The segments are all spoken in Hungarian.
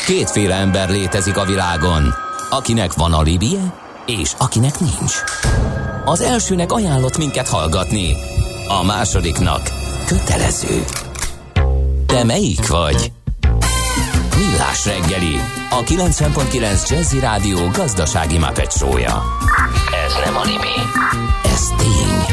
Kétféle ember létezik a világon, akinek van alibije, és akinek nincs. Az elsőnek ajánlott minket hallgatni, a másodiknak kötelező. Te melyik vagy? Millás reggeli, a 90.9 Jazzy Rádió gazdasági Muppet show-ja. Ez nem anime, ez tény.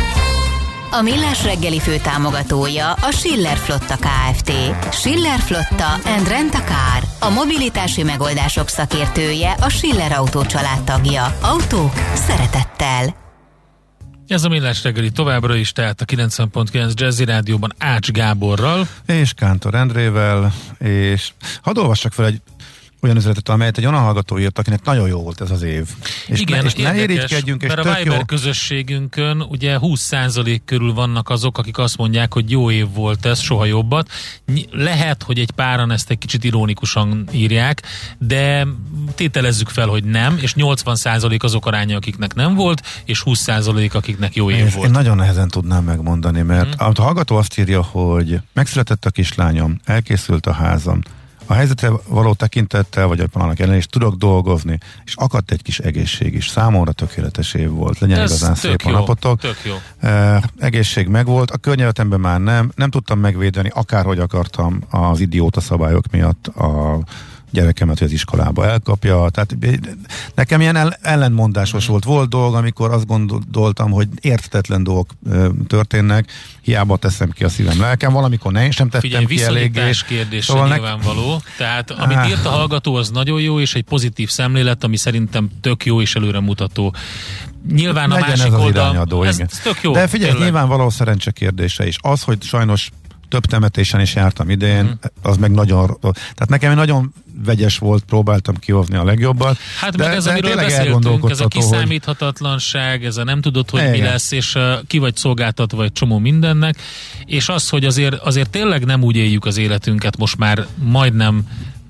A Millás reggeli főtámogatója a Schiller Flotta Kft. Schiller Flotta and Rent a Car. A mobilitási megoldások szakértője, a Schiller Autó család tagja. Autók szeretettel. Ez a Millás reggeli továbbra is, tehát a 90.9 Jazzy Rádióban Ács Gáborral. És Kántor Endrével, és hadd olvassak fel egy olyan üzenetet, amelyet egy olyan hallgató írt, akinek nagyon jó volt ez az év. És igen, és ne irigykedjünk, és mert a Viber közösségünkön ugye 20% körül vannak azok, akik azt mondják, hogy jó év volt ez, soha jobbat. Lehet, hogy egy páran ezt egy kicsit ironikusan írják, de tételezzük fel, hogy nem, és 80% azok aránya, akiknek nem volt, és 20% akiknek jó év volt. Én nagyon nehezen tudnám megmondani, mert a hallgató azt írja, hogy megszületett a kislányom, elkészült a házam, a helyzetre való tekintettel, vagy annak ellen is tudok dolgozni, és akadt egy kis egészség is. Számomra tökéletes év volt. Legyen ez igazán szép a napotok. Tök jó. Egészség megvolt. A környezetemben már nem tudtam megvédeni, akárhogy akartam az idióta szabályok miatt a gyerekemet, hogy az iskolába elkapja. Tehát nekem ilyen ellentmondásos volt. Volt dolog, amikor azt gondoltam, hogy érthetetlen dolgok történnek, hiába teszem ki a szívem lelkem, valamikor ne, sem tettem ki eléggé. Viszonyítás kérdése szóval nyilvánvaló. Tehát amit írt a hallgató, az nagyon jó, és egy pozitív szemlélet, ami szerintem tök jó és előremutató. Nyilván a másik oldal, ez tök jó. De figyelj, nyilvánvaló szerencse kérdése is. Az, hogy sajnos több temetésen is jártam idén, az meg nagyon... Tehát nekem nagyon vegyes volt, próbáltam kihozni a legjobbat. Hát meg ez, amiről beszéltünk, ez a kiszámíthatatlanság, ez a nem tudod, hogy mi lesz, és ki vagy szolgáltatva egy csomó mindennek, és az, hogy azért tényleg nem úgy éljük az életünket most már majdnem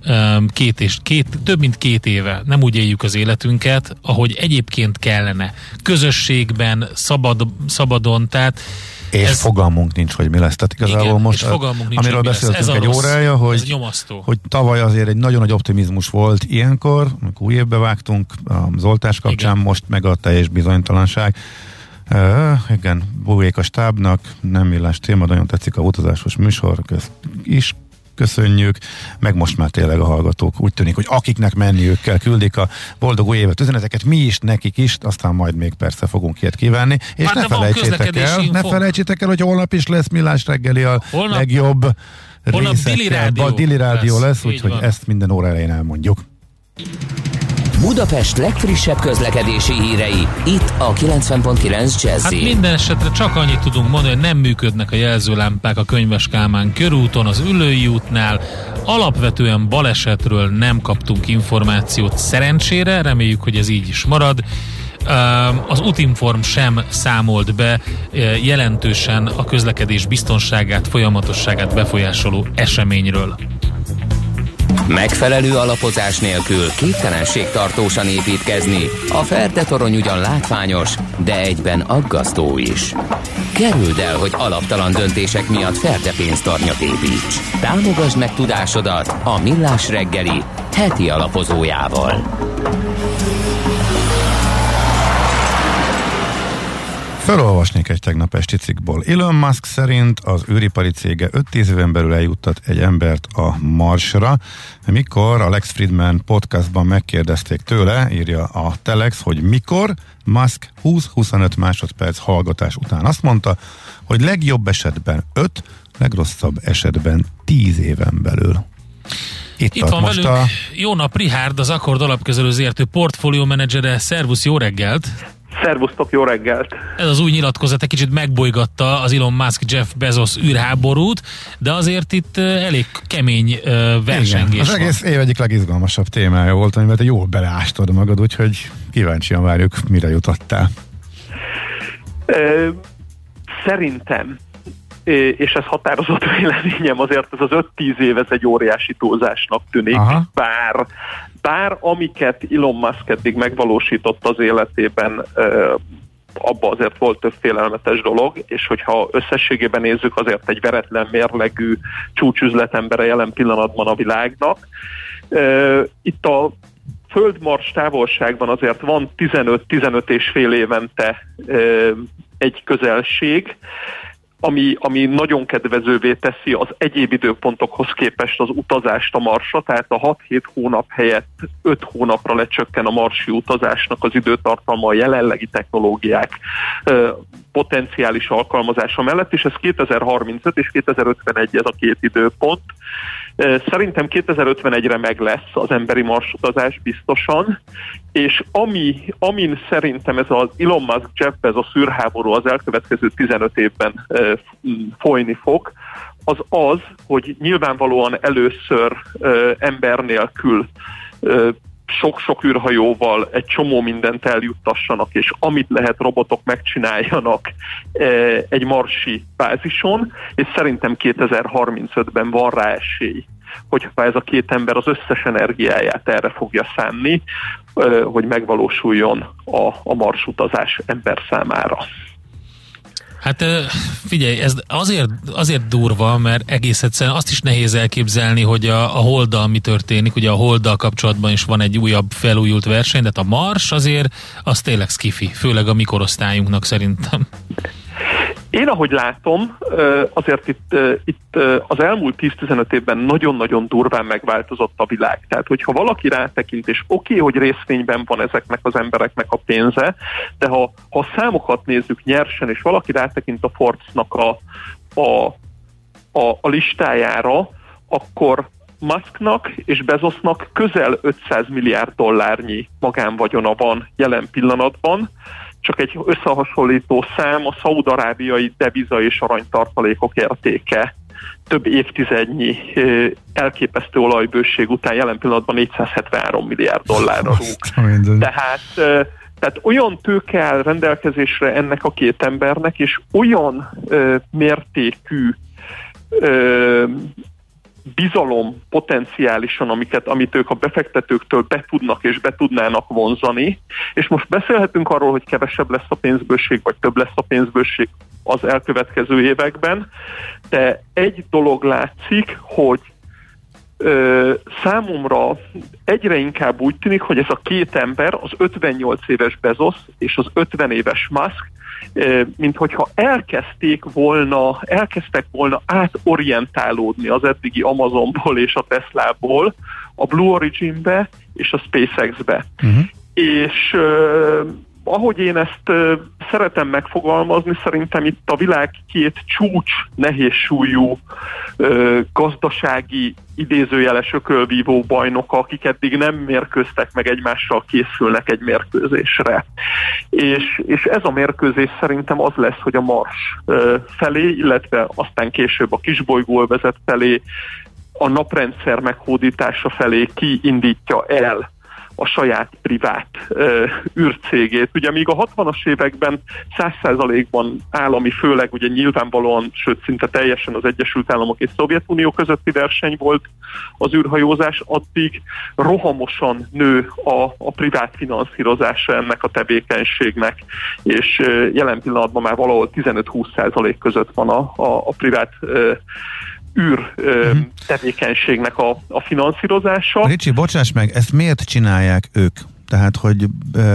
több mint 2 éve nem úgy éljük az életünket, ahogy egyébként kellene. Közösségben, szabadon, tehát és fogalmunk nincs, hogy mi lesz. Tehát igazából igen, most, amiről beszéltünk egy órája, hogy tavaly azért egy nagyon nagy optimizmus volt ilyenkor, amikor új évbe vágtunk az oltás kapcsán, igen. Most meg a teljes bizonytalanság. Igen, bújék a stábnak, nem Millás téma, nagyon tetszik a utazásos műsor, is köszönjük, meg most már tényleg a hallgatók úgy tűnik, hogy akiknek menniük kell, küldik a boldog új évet üzeneteket, mi is, nekik is, aztán majd még persze fogunk ilyet kívánni, és ne felejtsétek el, hogy holnap is lesz Millás reggeli a legjobb részekkel, Dili Rádió lesz, úgyhogy ezt minden óra elején elmondjuk. Budapest legfrissebb közlekedési hírei, itt a 90.9 Jazzy. Hát minden esetre csak annyit tudunk mondani, hogy nem működnek a jelzőlámpák a Könyves Kálmán körúton, az Üllői útnál. Alapvetően balesetről nem kaptunk információt szerencsére, reméljük, hogy ez így is marad. Az Útinform sem számolt be jelentősen a közlekedés biztonságát, folyamatosságát befolyásoló eseményről. Megfelelő alapozás nélkül képtelenség tartósan építkezni. A Ferde torony ugyan látványos, de egyben aggasztó is. Kerüld el, hogy alaptalan döntések miatt Ferde pénztarnyat építs. Támogasd meg tudásodat a Millás reggeli heti alapozójával. Felolvasnék egy tegnap esti cikkból. Elon Musk szerint az űripari cége 5-10 éven belül eljuttat egy embert a Marsra. Mikor a Lex Fridman podcastban megkérdezték tőle, írja a Telex, hogy mikor, Musk 20-25 másodperc hallgatás után azt mondta, hogy legjobb esetben 5, legrosszabb esetben 10 éven belül. Itt van velünk Jó nap, Richárd, az Akkord alapkezelő ZRT portfólió menedzsere. Szervusz, jó reggelt! Szervusztok, jó reggelt! Ez az új nyilatkozat egy kicsit megbolygatta az Elon Musk Jeff Bezos űrháborút, de azért itt elég kemény versengés az egész év egyik legizgalmasabb témája volt, amivel te jól beleástad magad, úgyhogy kíváncsian várjuk, mire jutottál. Szerintem, és ez határozott véleményem, azért ez az 5-10 év, ez egy óriási túlzásnak tűnik, bár amiket Elon Musk eddig megvalósított az életében, abban azért volt több félelmetes dolog, és hogyha összességében nézzük, azért egy veretlen mérlegű csúcsüzletembere jelen pillanatban a világnak. Itt a Föld-Mars távolságban azért van 15-15 és fél évente egy közelség, ami nagyon kedvezővé teszi az egyéb időpontokhoz képest az utazást a Marsra, tehát a 6-7 hónap helyett 5 hónapra lecsökken a marsi utazásnak az időtartalma a jelenlegi technológiák potenciális alkalmazása mellett, és ez 2035 és 2051 ez a két időpont. Szerintem 2051-re meg lesz az emberi marsutazás biztosan, és amin szerintem ez az Elon Musk Jeff Bezos szűrháború az elkövetkező 15 évben folyni fog, az, hogy nyilvánvalóan először ember nélkül sok-sok űrhajóval egy csomó mindent eljuttassanak, és amit lehet robotok megcsináljanak egy marsi bázison, és szerintem 2035-ben van rá esély, hogyha ez a két ember az összes energiáját erre fogja szánni, hogy megvalósuljon a marsutazás ember számára. Hát figyelj, ez azért durva, mert egész egyszerűen azt is nehéz elképzelni, hogy a Holddal mi történik. Ugye a Holddal kapcsolatban is van egy újabb felújult verseny, de a Mars azért az tényleg skifi, főleg a mi korosztályunknak szerintem. Én ahogy látom, azért itt az elmúlt 10-15 évben nagyon-nagyon durván megváltozott a világ. Tehát, hogyha valaki rátekint, és oké, hogy részvényben van ezeknek az embereknek a pénze, de ha a számokat nézzük nyersen, és valaki rátekint a Forbes-nak a listájára, akkor Musknak és Bezosnak közel 500 milliárd dollárnyi magánvagyona van jelen pillanatban. Csak egy összehasonlító szám, a szaúd-arábiai deviza és aranytartalékok értéke több évtizednyi elképesztő olajbőség után jelen pillanatban 473 milliárd dollárra rúg. Tehát olyan tőke áll rendelkezésre ennek a két embernek, és olyan mértékű bizalom potenciálisan, amit ők a befektetőktől be tudnak és be tudnának vonzani, és most beszélhetünk arról, hogy kevesebb lesz a pénzbőség, vagy több lesz a pénzbőség az elkövetkező években, de egy dolog látszik, hogy számomra egyre inkább úgy tűnik, hogy ez a két ember, az 58 éves Bezos és az 50 éves Musk, mint hogyha elkezdtek volna átorientálódni az eddigi Amazonból és a Teslából a Blue Originbe és a SpaceX-be. Uh-huh. És ahogy én ezt szeretem megfogalmazni, szerintem itt a világ két csúcs nehézsúlyú gazdasági idézőjeles ökölvívó bajnoka, akik eddig nem mérkőztek meg egymással, készülnek egy mérkőzésre. És ez a mérkőzés szerintem az lesz, hogy a Mars felé, illetve aztán később a kisbolygóövezet felé, a naprendszer meghódítása felé kiindítja el a saját privát űrcégét. Ugye míg a 60-as években 100%-ban állami, főleg ugye nyilvánvalóan, sőt szinte teljesen az Egyesült Államok és Szovjetunió közötti verseny volt az űrhajózás, addig rohamosan nő a privát finanszírozása ennek a tevékenységnek, és jelen pillanatban már valahol 15-20% között van a privát űr tevékenységnek a finanszírozása. Ricsi, bocsáss meg, ezt miért csinálják ők? Tehát, hogy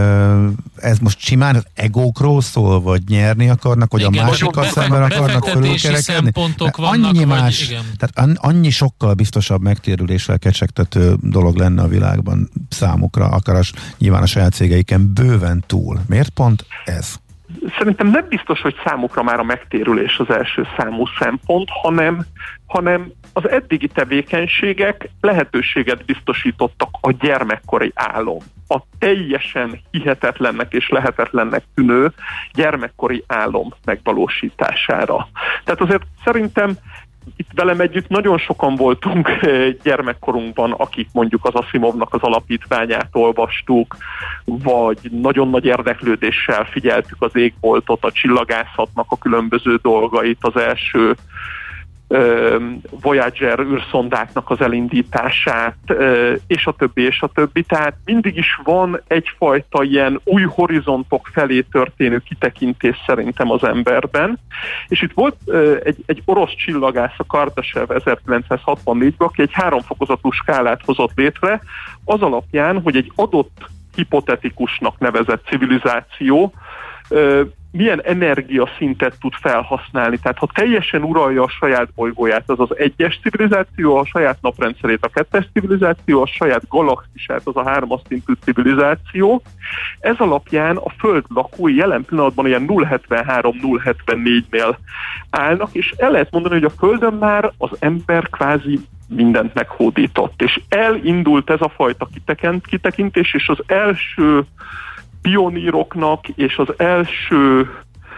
ez most simán az egókról szól, vagy nyerni akarnak, vagy igen, a másikat szemben akarnak fölülkerekedni? Annyi más, tehát annyi sokkal biztosabb megtérüléssel kecsegtető dolog lenne a világban számukra, akár nyilván a saját cégeiken bőven túl. Miért pont ez? Szerintem nem biztos, hogy számukra már a megtérülés az első számú szempont, hanem az eddigi tevékenységek lehetőséget biztosítottak a gyermekkori álom, a teljesen hihetetlennek és lehetetlennek tűnő gyermekkori álom megvalósítására. Tehát azért szerintem itt velem együtt nagyon sokan voltunk gyermekkorunkban, akik mondjuk az Asimovnak az alapítványát olvastuk, vagy nagyon nagy érdeklődéssel figyeltük az égboltot, a csillagászatnak a különböző dolgait, az első Voyager űrszondáknak az elindítását, és a többi. Tehát mindig is van egyfajta ilyen új horizontok felé történő kitekintés szerintem az emberben. És itt volt egy orosz csillagász, a Kardashev 1964-ben, aki egy 3 fokozatú skálát hozott létre, az alapján, hogy egy adott hipotetikusnak nevezett civilizáció milyen energiaszintet tud felhasználni. Tehát ha teljesen uralja a saját bolygóját, az az 1-es civilizáció, a saját naprendszerét a 2-es civilizáció, a saját galaxisát, az a 3-as szintű civilizáció. Ez alapján a Föld lakói jelen pillanatban ilyen 0,73-0,74-nél állnak, és el lehet mondani, hogy a Földön már az ember kvázi mindent meghódított. És elindult ez a fajta kitekintés, és az első pioníroknak és az első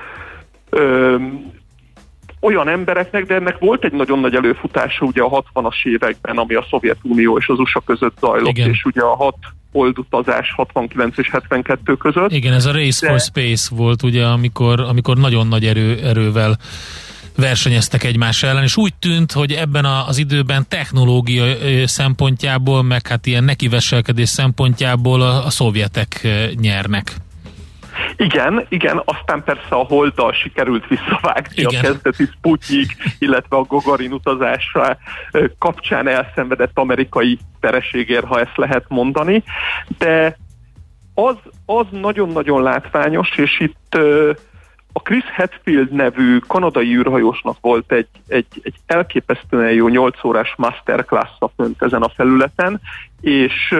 olyan embereknek, de ennek volt egy nagyon nagy előfutása ugye a 60-as években, ami a Szovjetunió és az USA között zajlott, igen. És ugye a 6 holdutazás 69 és 72 között. Igen, ez a Race for Space volt, ugye, amikor nagyon nagy erővel versenyeztek egymás ellen, és úgy tűnt, hogy ebben az időben technológia szempontjából, meg hát ilyen nekiveselkedés szempontjából a szovjetek nyernek. Igen, aztán persze a Holddal sikerült visszavágni, igen. A kezdeti Sputnik, illetve a Gagarin utazásra kapcsán elszenvedett amerikai vereségért, ha ezt lehet mondani, de az nagyon-nagyon látványos, és itt a Chris Hadfield nevű kanadai űrhajósnak volt egy elképesztően jó 8 órás masterclass-a fönt ezen a felületen, és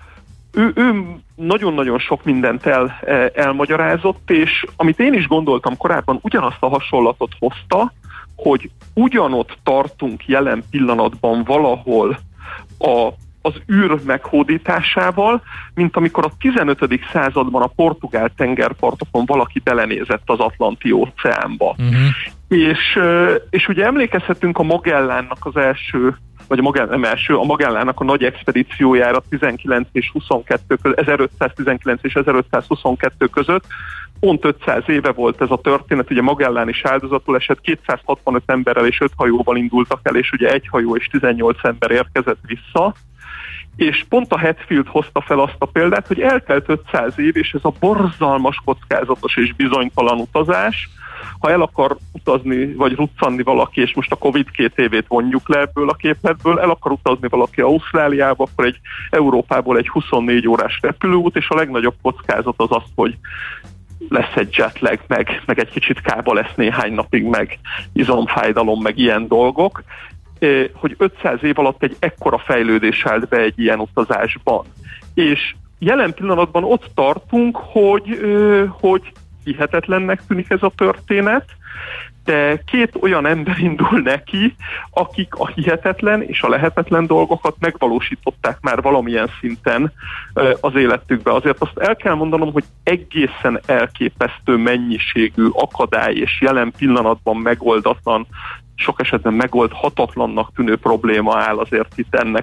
ő nagyon-nagyon sok mindent elmagyarázott, és amit én is gondoltam korábban, ugyanazt a hasonlatot hozta, hogy ugyanott tartunk jelen pillanatban valahol az űr meghódításával, mint amikor a 15. században a portugál tengerpartokon valaki belenézett az Atlanti-óceánba. Uh-huh. És ugye emlékezhetünk a Magellánnak az első, vagy a Magellánnak a nagy expedíciójára 19 és 22 1519 és 1522 között. Pont 500 éve volt ez a történet, ugye Magellán is áldozatul esett, 265 emberrel és 5 hajóval indultak el, és ugye egy hajó és 18 ember érkezett vissza. És pont a Hadfield hozta fel azt a példát, hogy eltelt 500 év, és ez a borzalmas, kockázatos és bizonytalan utazás, ha el akar utazni, vagy ruccanni valaki, és most a Covid 2 évét vonjuk le ebből a képletből, el akar utazni valaki Ausztráliába, akkor Európából egy 24 órás repülőút, és a legnagyobb kockázat az az, hogy lesz egy jetlag, meg egy kicsit kába lesz néhány napig, meg izomfájdalom, meg ilyen dolgok, hogy 500 év alatt egy ekkora fejlődés állt be egy ilyen utazásban. És jelen pillanatban ott tartunk, hogy hihetetlennek tűnik ez a történet, de 2 olyan ember indul neki, akik a hihetetlen és a lehetetlen dolgokat megvalósították már valamilyen szinten az életükbe. Azért azt el kell mondanom, hogy egészen elképesztő mennyiségű akadály és jelen pillanatban megoldatlan, sok esetben megoldhatatlannak tűnő probléma áll azért itt ennek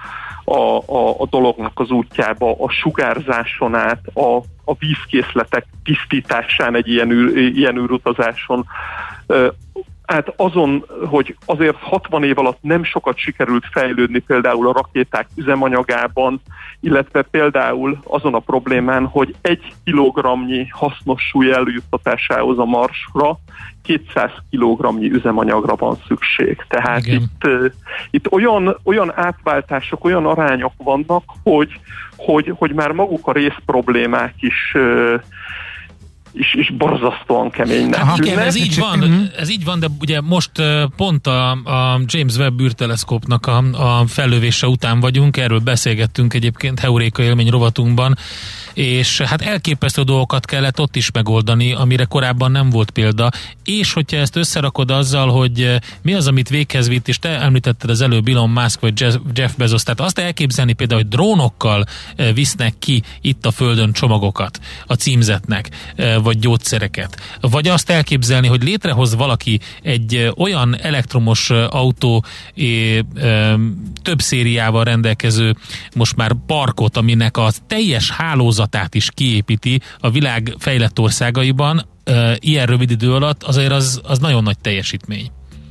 a dolognak az útjába, a sugárzáson át, a vízkészletek tisztításán egy ilyen űrutazáson. Hát azon, hogy azért 60 év alatt nem sokat sikerült fejlődni például a rakéták üzemanyagában, illetve például azon a problémán, hogy 1 kilogramnyi hasznos súly eljuttatásához a Marsra 200 kilogramnyi üzemanyagra van szükség. Tehát itt olyan átváltások, olyan arányok vannak, hogy már maguk a részproblémák is borzasztóan keménynek. Hát igen, ez így van, de ugye most pont a James Webb űrteleszkópnak a fellövése után vagyunk, erről beszélgettünk egyébként Heuréka élmény rovatunkban, és hát elképesztő dolgokat kellett ott is megoldani, amire korábban nem volt példa, és hogyha ezt összerakod azzal, hogy mi az, amit véghez vitt, és te említetted az előbb Elon Musk vagy Jeff Bezos, tehát azt elképzelni például, hogy drónokkal visznek ki itt a Földön csomagokat a címzetnek, vagy gyógyszereket, vagy azt elképzelni, hogy létrehoz valaki egy olyan elektromos autó több szériával rendelkező most már parkot, aminek a teljes hálózatát is kiépíti a világ fejlett országaiban ilyen rövid idő alatt, azért az nagyon nagy teljesítmény.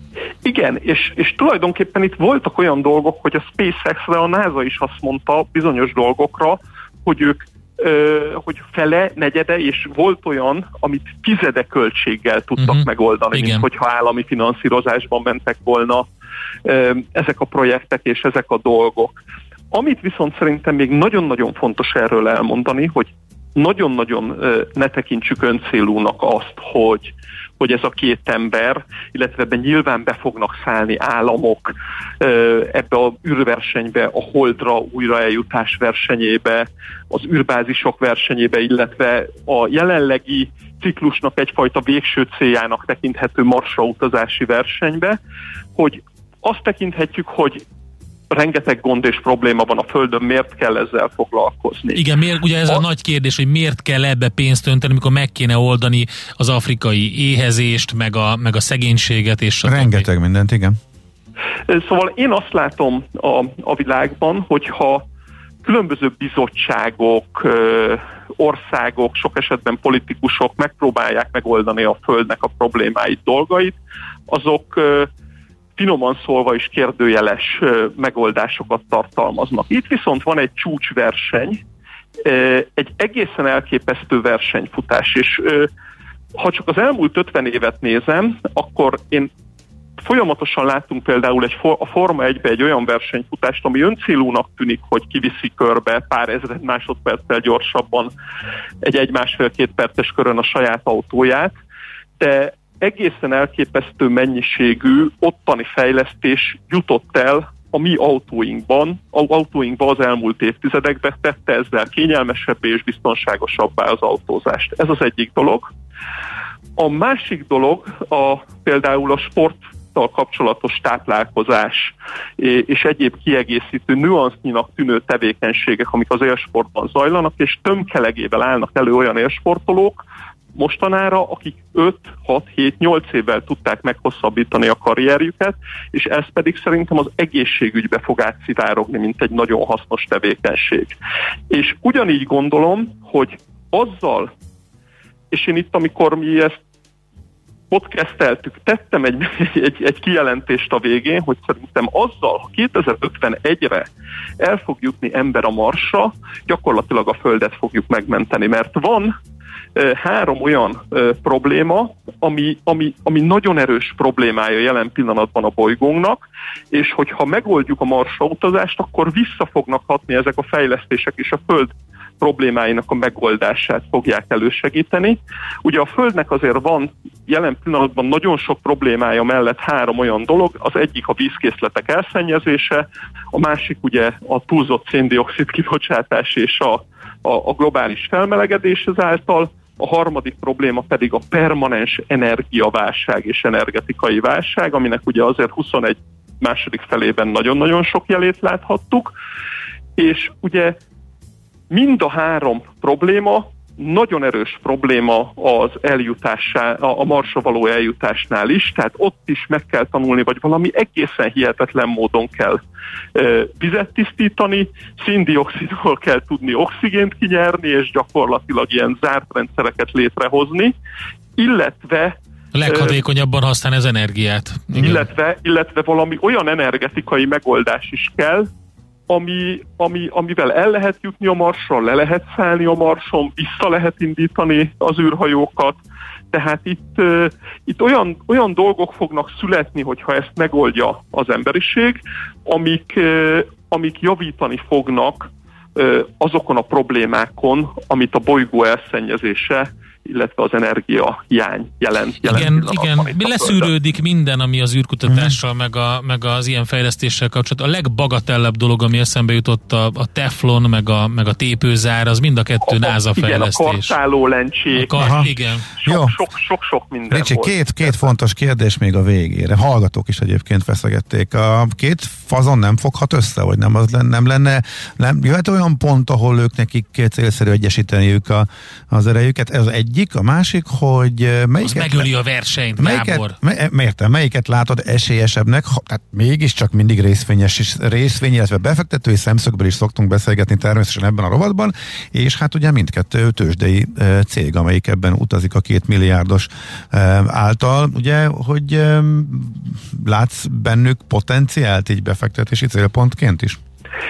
Igen, és tulajdonképpen itt voltak olyan dolgok, hogy a SpaceX-re a NASA is azt mondta bizonyos dolgokra, hogy ők hogy fele, negyede, és volt olyan, amit tizede költséggel tudtak megoldani, mint hogyha állami finanszírozásban mentek volna ezek a projektek és ezek a dolgok. Amit viszont szerintem még nagyon-nagyon fontos erről elmondani, hogy nagyon-nagyon ne tekintsük öncélúnak azt, hogy ez a két ember, illetve ebben nyilván be fognak szállni államok ebbe az űrversenybe, a Holdra újra eljutás versenyébe, az űrbázisok versenyébe, illetve a jelenlegi ciklusnak egyfajta végső céljának tekinthető Marsra utazási versenybe, hogy azt tekinthetjük, hogy rengeteg gond és probléma van a Földön, miért kell ezzel foglalkozni? Igen, ugye ez a nagy kérdés, hogy miért kell ebbe pénzt önteni, amikor meg kéne oldani az afrikai éhezést, meg a szegénységet, és rengeteg mindent, igen. Szóval én azt látom a világban, hogyha különböző bizottságok, országok, sok esetben politikusok megpróbálják megoldani a Földnek a problémáit, dolgait, azok finoman szólva is kérdőjeles megoldásokat tartalmaznak. Itt viszont van egy csúcsverseny, egy egészen elképesztő versenyfutás, és ha csak az elmúlt 50 évet nézem, akkor én folyamatosan láttunk például a Forma 1-be egy olyan versenyfutást, ami öncélúnak tűnik, hogy kiviszi körbe pár ezred másodperccel gyorsabban egy 1,5-2 perces körön a saját autóját, de egészen elképesztő mennyiségű ottani fejlesztés jutott el a mi autóinkba az elmúlt évtizedekben, tette ezzel kényelmesebbé és biztonságosabbá az autózást. Ez az egyik dolog. A másik dolog például a sporttal kapcsolatos táplálkozás és egyéb kiegészítő nüansznyinak tűnő tevékenységek, amik az élsportban zajlanak, és tömkelegével állnak elő olyan élsportolók, mostanára, akik 5-6-7-8 évvel tudták meghosszabbítani a karrierjüket, és ez pedig szerintem az egészségügybe fog átszivárogni, mint egy nagyon hasznos tevékenység. És ugyanígy gondolom, hogy azzal, és én itt, amikor mi ezt podcasteltük, tettem egy kijelentést a végén, hogy szerintem azzal, ha 2051-re el fog jutni ember a Marsra, gyakorlatilag a Földet fogjuk megmenteni, mert van 3 olyan probléma, ami nagyon erős problémája jelen pillanatban a bolygónknak, és hogyha megoldjuk a Marsra utazást, akkor vissza fognak hatni ezek a fejlesztések, és a Föld problémáinak a megoldását fogják elősegíteni. Ugye a Földnek azért van jelen pillanatban nagyon sok problémája mellett 3 olyan dolog, az egyik a vízkészletek elszennyezése, a másik ugye a túlzott széndioxid kibocsátás és a globális felmelegedés ezáltal, a harmadik probléma pedig a permanens energiaválság és energetikai válság, aminek ugye azért 21 második felében nagyon-nagyon sok jelét láthattuk, és ugye mind a 3 probléma nagyon erős probléma az a Marsra való eljutásnál is, tehát ott is meg kell tanulni, vagy valami egészen hihetetlen módon kell vizet tisztítani, széndioxidból kell tudni oxigént kinyerni, és gyakorlatilag ilyen zárt rendszereket létrehozni, illetve leghatékonyabban használni az energiát. Illetve valami olyan energetikai megoldás is kell, amivel el lehet jutni a Marsra, le lehet szállni a Marson, vissza lehet indítani az űrhajókat. Tehát itt olyan dolgok fognak születni, hogyha ezt megoldja az emberiség, amik javítani fognak azokon a problémákon, amit a bolygó elszennyezése, illetve az energiahiány jelent. Igen, leszűrődik minden, ami az űrkutatással, meg az ilyen fejlesztéssel kapcsolatban. A legbagatellebb dolog, ami eszembe jutott, a teflon, meg a tépőzár, az mind a kettő NASA fejlesztés. Igen, a kartáló lencsék. Igen. Sok minden Ricsi, két fontos kérdés még a végére. Hallgatók is egyébként feszegették. A 2 fazon nem foghat össze, vagy nem jöhet olyan pont, ahol nekik célszerű egyesíteniük az erejüket? Ez egy egyik, a másik, hogy melyiket... Az megöli a versenyt, Gábor. Melyiket látod esélyesebbnek, tehát mégiscsak mindig részvény, illetve befektetői szemszögből is szoktunk beszélgetni természetesen ebben a rovatban, és hát ugye mindkettő tőzsdei cég, amelyik ebben utazik a 2 milliárdos által, ugye, hogy látsz bennük potenciált így befektetési célpontként is?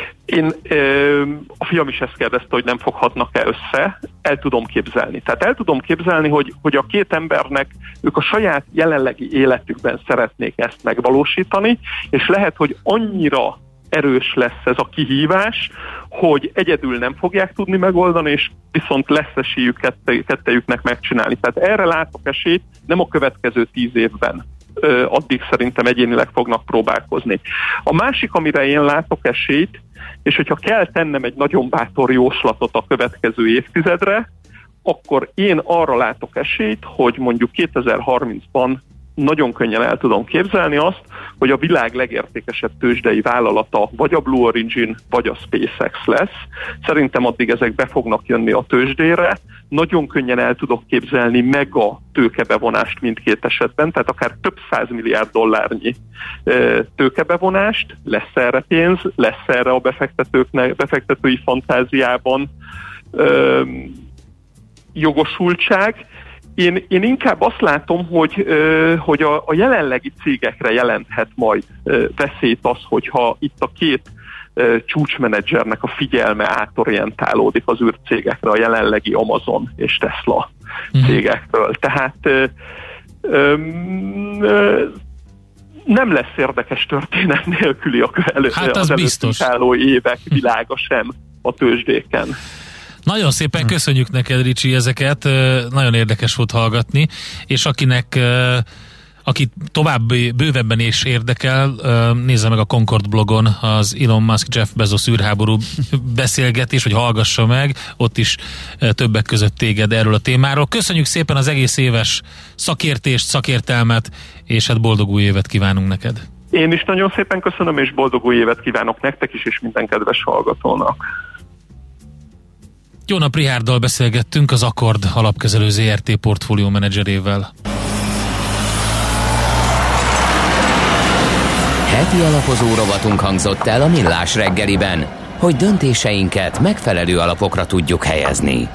A fiam is ezt kérdezte, hogy nem foghatnak-e össze, el tudom képzelni. Tehát el tudom képzelni, hogy a két embernek ők a saját jelenlegi életükben szeretnék ezt megvalósítani, és lehet, hogy annyira erős lesz ez a kihívás, hogy egyedül nem fogják tudni megoldani, és viszont lesz esélyük kettejüknek megcsinálni. Tehát erre látok esélyt, nem a következő 10 évben. Addig szerintem egyénileg fognak próbálkozni. A másik, amire én látok esélyt, és hogyha kell tennem egy nagyon bátor jóslatot a következő évtizedre, akkor én arra látok esélyt, hogy mondjuk 2030-ban nagyon könnyen el tudom képzelni azt, hogy a világ legértékesebb tőzsdei vállalata vagy a Blue Origin, vagy a SpaceX lesz. Szerintem addig ezek be fognak jönni a tőzsdére. Nagyon könnyen el tudok képzelni mega tőkebevonást mindkét esetben, tehát akár több 100 milliárd dollárnyi tőkebevonást, lesz erre pénz, lesz erre a befektetői fantáziában jogosultság. Én inkább azt látom, hogy a jelenlegi cégekre jelenthet majd veszélyt az, hogyha itt a két csúcsmenedzsernek a figyelme átorientálódik az űrcégekre, a jelenlegi Amazon és Tesla cégektől. Tehát nem lesz érdekes történet nélküli az előttünk álló évek világa sem a tőzsdéken. Nagyon szépen köszönjük neked, Ricsi, ezeket, nagyon érdekes volt hallgatni, és aki tovább bővebben is érdekel, nézze meg a Concord blogon az Elon Musk Jeff Bezos űrháború beszélgetés, hogy hallgassa meg, ott is többek között téged erről a témáról. Köszönjük szépen az egész éves szakértést, szakértelmet, és hát boldog új évet kívánunk neked. Én is nagyon szépen köszönöm, és boldog új évet kívánok nektek is, és minden kedves hallgatónak. Jónap Richárddal beszélgettünk, az Akkord alapkezelő ZRT portfólió menedzserével. Heti alapozó rovatunk hangzott el a Millás reggeliben, hogy döntéseinket megfelelő alapokra tudjuk helyezni.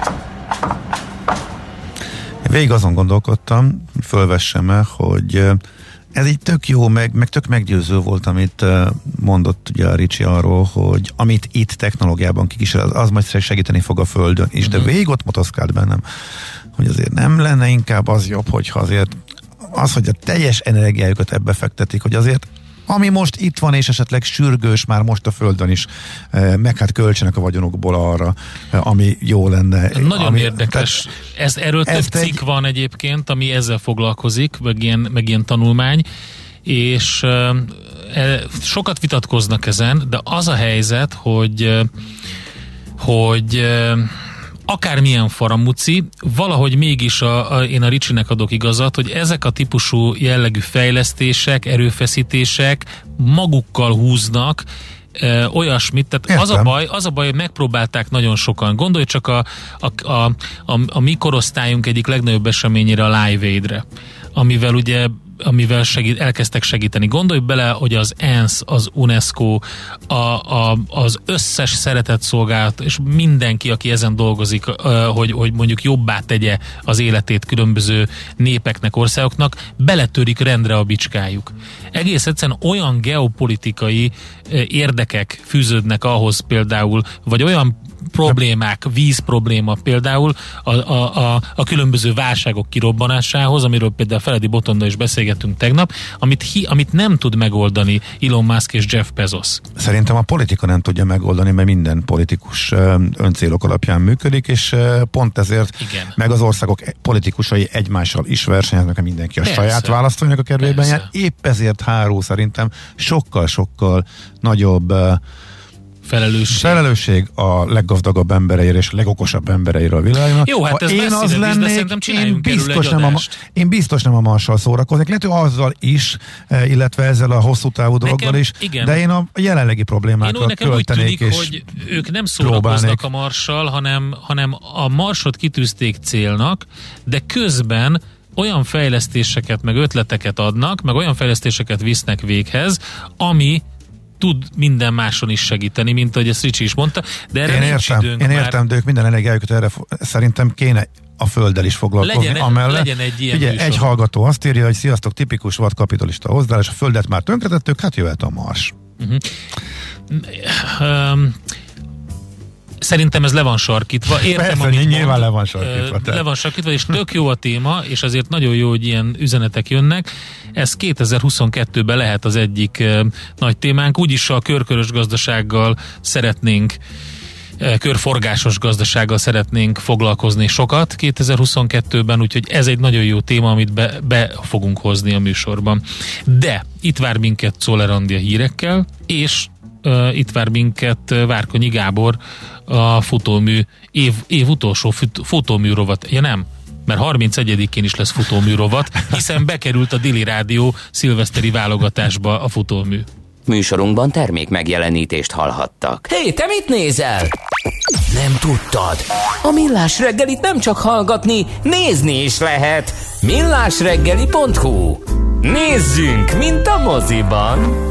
Végig azon gondolkodtam, fölvessem-e, hogy ez így tök jó, meg tök meggyőző volt, amit mondott ugye a Ricsi arról, hogy amit itt technológiában kikísér, az majd segíteni fog a Földön is, de végig ott motoszkált bennem, hogy azért nem lenne inkább az jobb, hogyha azért az, hogy a teljes energiájukat ebbe fektetik, hogy azért ami most itt van, és esetleg sürgős már most a Földön is, meg hát költsenek a vagyonokból arra, ami jó lenne. Nagyon érdekes. Erről több cikk van egyébként, ami ezzel foglalkozik, meg ilyen tanulmány, és sokat vitatkoznak ezen, de az a helyzet, hogy akármilyen faramuci, valahogy mégis én a Ricsinek adok igazat, hogy ezek a típusú jellegű fejlesztések, erőfeszítések magukkal húznak olyasmit, tehát az a baj, hogy megpróbálták nagyon sokan. Gondolj csak a mi korosztályunk egyik legnagyobb eseményére, a Live Aid-re, amivel elkezdtek segíteni. Gondolj bele, hogy az ENSZ, az UNESCO, az összes szeretett szolgálat, és mindenki, aki ezen dolgozik, hogy mondjuk jobbá tegye az életét különböző népeknek, országoknak, beletörik rendre a bicskájuk. Egész egyszerűen olyan geopolitikai érdekek fűződnek ahhoz például, vagy olyan problémák, víz probléma például a különböző válságok kirobbanásához, amiről például Feledi Botondal is beszélgettünk tegnap, amit nem tud megoldani Elon Musk és Jeff Bezos. Szerintem a politika nem tudja megoldani, mert minden politikus öncélok alapján működik, és pont ezért meg az országok politikusai egymással is versenyeznek, mindenki a saját választóinak a kedvében jár. Épp ezért háró szerintem sokkal-sokkal nagyobb Felelősség a leggazdagabb embereire és a legokosabb embereire a világnak. Jó, hát ez én az lennék, én biztos nem a Marssal szórakoznék. Lehet, hogy azzal is, illetve ezzel a hosszú távú dologgal is, igen. De én a jelenlegi problémákra költenék, és hogy ők nem szórakoznak a Marssal, hanem a Marsot kitűzték célnak, de közben olyan fejlesztéseket, meg ötleteket adnak, meg olyan fejlesztéseket visznek véghez, ami tud minden máson is segíteni, mint ahogy ezt Ricsi is mondta, de erre én értem, de ők minden energiájukat erre szerintem kéne a földdel is foglalkozni. Legyen egy ilyen ugye, egy hallgató azt írja, hogy sziasztok, tipikus vadkapitalista hozzáállás, a földet már tönkretettük, hát jöhet a Mars. Szerintem ez le van sarkítva. Értem, persze, nyilván le van sarkítva. Le van sarkítva, és tök jó a téma, és azért nagyon jó, hogy ilyen üzenetek jönnek. Ez 2022-ben lehet az egyik nagy témánk. Úgyis a körkörös gazdasággal szeretnénk, körforgásos gazdasággal szeretnénk foglalkozni sokat 2022-ben, úgyhogy ez egy nagyon jó téma, amit be fogunk hozni a műsorban. De itt vár minket Czoller Andi a hírekkel, és itt vár minket Várkonyi Gábor, a futómű év utolsó futómű rovat. Ja nem, mert 31-én is lesz futómű rovat, hiszen bekerült a Dili Rádió szilveszteri válogatásba a futómű. Műsorunkban termék megjelenítést hallhattak. Hé, te mit nézel? Nem tudtad? A Millás reggelit nem csak hallgatni, nézni is lehet. millásreggeli.hu. Nézzünk, mint a moziban.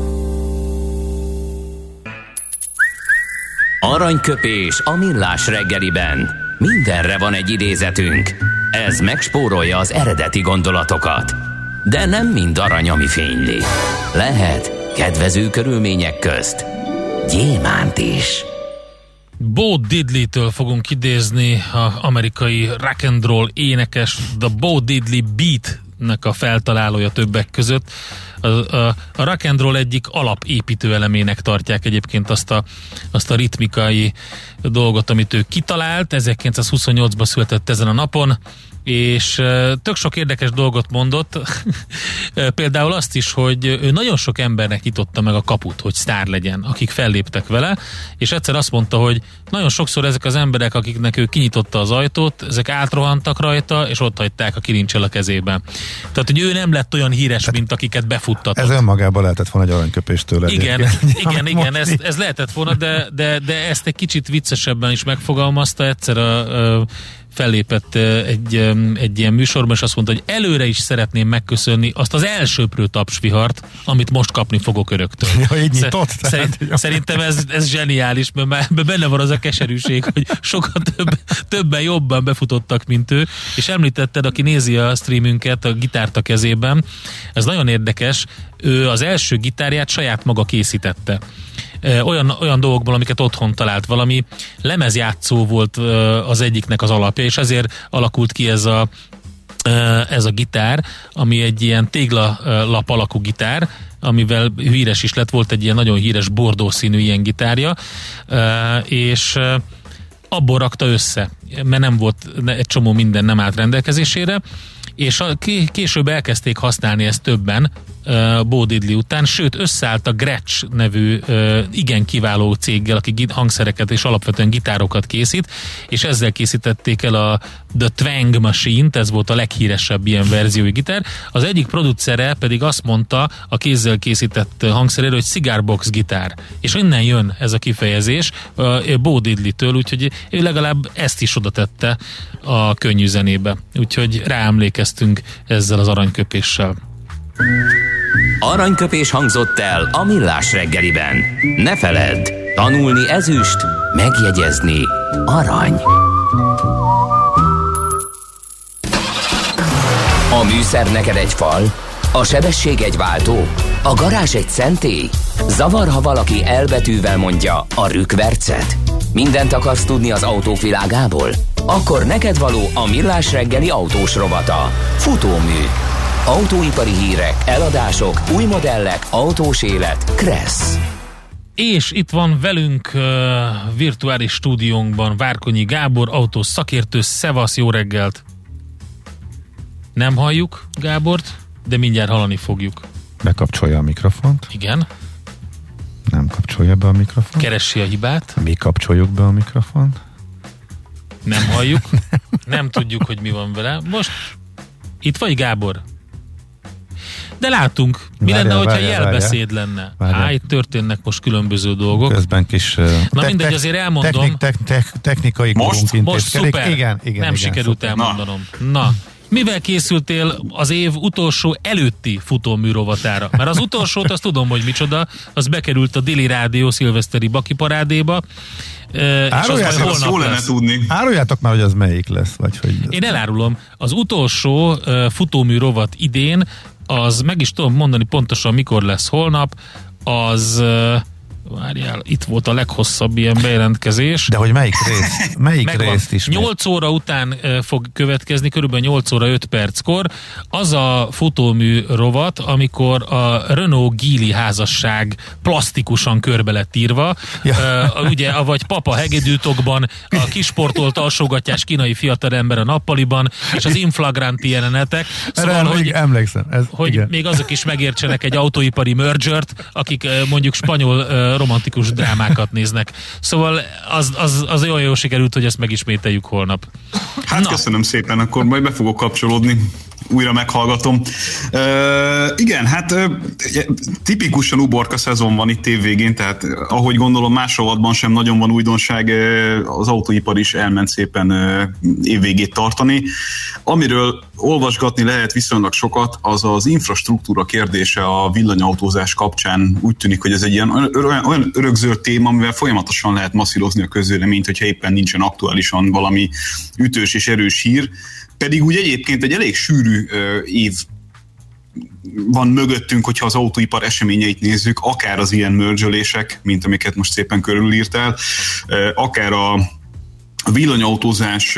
Aranyköpés a Millás reggeliben. Mindenre van egy idézetünk. Ez megspórolja az eredeti gondolatokat. De nem mind arany, ami fényli. Lehet kedvező körülmények közt gyémánt is. Bo Diddley-től fogunk idézni, az amerikai rock and roll énekes, The Bo Diddley Beat-nek a feltalálója többek között. A rock and roll egyik alapépítő elemének tartják egyébként azt a ritmikai dolgot, amit ő kitalált. 1928-ban született ezen a napon, és tök sok érdekes dolgot mondott, például azt is, hogy ő nagyon sok embernek nyitotta meg a kaput, hogy sztár legyen, akik felléptek vele, és egyszer azt mondta, hogy nagyon sokszor ezek az emberek, akiknek ő kinyitotta az ajtót, ezek átrohantak rajta, és ott hagyták a kilincsel a kezében. Tehát, hogy ő nem lett olyan híres, mint akiket befuttatott. Ez önmagában lehetett volna egy aranyköpés tőle. Igen, ez lehetett volna, de ezt egy kicsit viccesebben is megfogalmazta. Egyszer fellépett egy ilyen műsorban, és azt mondta, hogy előre is szeretném megköszönni azt az elsőprő tapsvihart, amit most kapni fogok öröktől. Ja, így nyitott? Szerintem ez zseniális, mert benne van az a keserűség, hogy sokan többen jobban befutottak, mint ő, és említetted, aki nézi a streamünket, a gitárt a kezében, ez nagyon érdekes, ő az első gitárját saját maga készítette. Olyan dolgokból, amiket otthon talált, valami lemezjátszó volt az egyiknek az alapja, és ezért alakult ki ez a gitár, ami egy ilyen téglalap alakú gitár, amivel híres is lett, volt egy ilyen nagyon híres bordó színű ilyen gitárja, és abból rakta össze, mert nem volt egy csomó minden nem állt rendelkezésére, és később elkezdték használni ezt többen Bo Diddley után, sőt összeállt a Gretsch nevű igen kiváló céggel, aki hangszereket és alapvetően gitárokat készít, és ezzel készítették el a The Twang Machine-t, ez volt a leghíresebb ilyen verziói gitár. Az egyik producere pedig azt mondta a kézzel készített hangszeréről, hogy cigárbox gitár. És innen jön ez a kifejezés Bo Diddley-től, úgyhogy ő legalább ezt is oda tette a könnyű zenébe. Úgyhogy ráemlékeztünk ezzel az aranyköpéssel. Aranyköpés hangzott el a Millás reggeliben. Ne feledd, tanulni ezüst, megjegyezni arany. A műszer neked egy fal, a sebesség egy váltó, a garázs egy szentély. Zavar, ha valaki elbetűvel mondja a rükvercet. Mindent akarsz tudni az autók világából? Akkor neked való a Millás reggeli autós rovata. Futómű. Autóipari hírek, eladások, új modellek, autós élet. Kressz. És itt van velünk virtuális stúdiónkban Várkonyi Gábor, autós szakértő. Szevasz, jó reggelt! Nem halljuk Gábort, de mindjárt hallani fogjuk. Bekapcsolja a mikrofont. Igen. Nem kapcsolja be a mikrofon. Keresi a hibát. Mi kapcsoljuk be a mikrofont. Nem halljuk. Nem tudjuk, hogy mi van vele. Most itt vagy, Gábor? De látunk. Mi lenne, hogyha jelbeszéd lenne? Itt történnek most különböző dolgok. Közben kis... Na mindegy, azért elmondom. Technikai most szuper. Igen, nem sikerült elmondanom. Na. Mivel készültél az év utolsó előtti futómű rovatára? Mert az utolsót, azt tudom, hogy micsoda, az bekerült a Dili Rádió szilveszteri bakiparádéba. Áruljátok már, hogy az melyik lesz, vagy hogy... Én elárulom. Az utolsó futómű rovat idén, az meg is tudom mondani pontosan, mikor lesz holnap, az... Várjál, itt volt a leghosszabb ilyen bejelentkezés. De hogy melyik rész? Melyik részt is? 8 óra után fog következni, körülbelül 8 óra 5 perckor, az a futómű rovat, amikor a Renault-Geely házasság plastikusan körbe lett írva. Ja. Ugye, avagy papa hegedűtokban, a kisportolt alsógattyás kínai fiatalember a nappaliban, és az inflagranti jelenetek. Szóval, hogy emlékszem. Hogy még azok is megértsenek egy autóipari mergert, akik mondjuk spanyol romantikus drámákat néznek. Szóval az olyan jól sikerült, hogy ezt megismételjük holnap. Hát köszönöm szépen, akkor majd be fogok kapcsolódni. Újra meghallgatom. Igen, hát tipikusan uborka szezon van itt évvégén, tehát ahogy gondolom más rovatban sem nagyon van újdonság, az autóipar is elment szépen évvégét tartani. Amiről olvasgatni lehet viszonylag sokat, az az infrastruktúra kérdése a villanyautózás kapcsán. Úgy tűnik, hogy ez egy olyan örökzöld téma, amivel folyamatosan lehet masszírozni a közvéleményt, hogyha éppen nincsen aktuálisan valami ütős és erős hír. Pedig úgy egyébként egy elég sűrű év van mögöttünk, hogyha az autóipar eseményeit nézzük, akár az ilyen mergelések, mint amiket most szépen körülírtál, akár a villanyautózás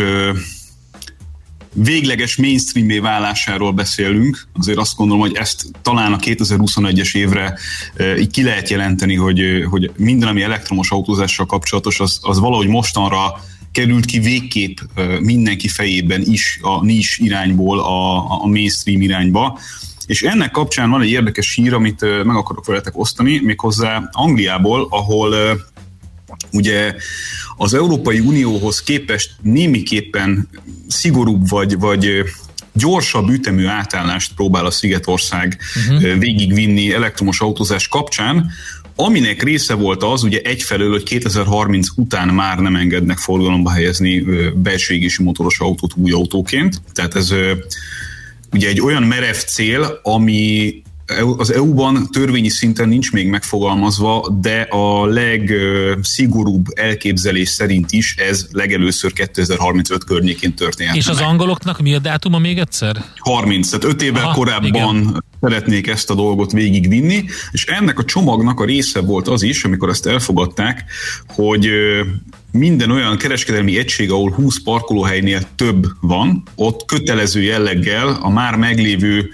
végleges mainstreamé válásáról beszélünk. Azért azt gondolom, hogy ezt talán a 2021-es évre így ki lehet jelenteni, hogy minden, ami elektromos autózással kapcsolatos, az valahogy mostanra került ki végképp mindenki fejében is a niche irányból a mainstream irányba. És ennek kapcsán van egy érdekes hír, amit meg akarok veletek osztani, méghozzá Angliából, ahol ugye az Európai Unióhoz képest némiképpen szigorúbb vagy gyorsabb ütemű átállást próbál a Szigetország végigvinni elektromos autózás kapcsán, aminek része volt az, ugye egyfelől, hogy 2030 után már nem engednek forgalomba helyezni belső égésű motoros autót új autóként. Tehát ez ugye egy olyan merev cél, ami az EU-ban törvényi szinten nincs még megfogalmazva, de a legszigorúbb elképzelés szerint is ez legelőször 2035 környékén történhet. És az angoloknak mi a dátuma még egyszer? 30, tehát 5 évvel korábban igen. Szeretnék ezt a dolgot végigvinni, és ennek a csomagnak a része volt az is, amikor ezt elfogadták, hogy minden olyan kereskedelmi egység, ahol 20 parkolóhelynél több van, ott kötelező jelleggel a már meglévő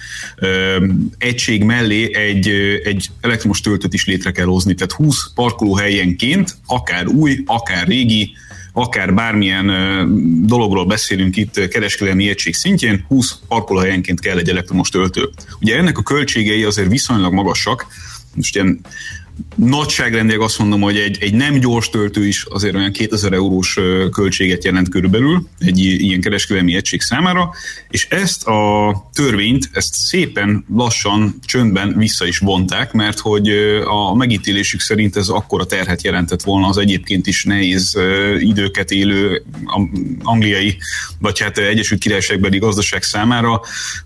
egység mellé egy elektromos töltőt is létre kell hozni. Tehát 20 parkolóhelyenként, akár új, akár régi, akár bármilyen dologról beszélünk itt kereskedelmi egység szintjén, 20 parkolóhelyenként kell egy elektromos töltő. Ugye ennek a költségei azért viszonylag magasak, most ilyen nagyságrendileg azt mondom, hogy egy nem gyors töltő is azért olyan 2000 eurós költséget jelent körülbelül egy ilyen kereskedelmi egység számára, és ezt a törvényt, ezt szépen lassan, csöndben vissza is vonták, mert hogy a megítélésük szerint ez akkora terhet jelentett volna az egyébként is nehéz időket élő angliai, vagy hát Egyesült Királyságbeli gazdaság számára,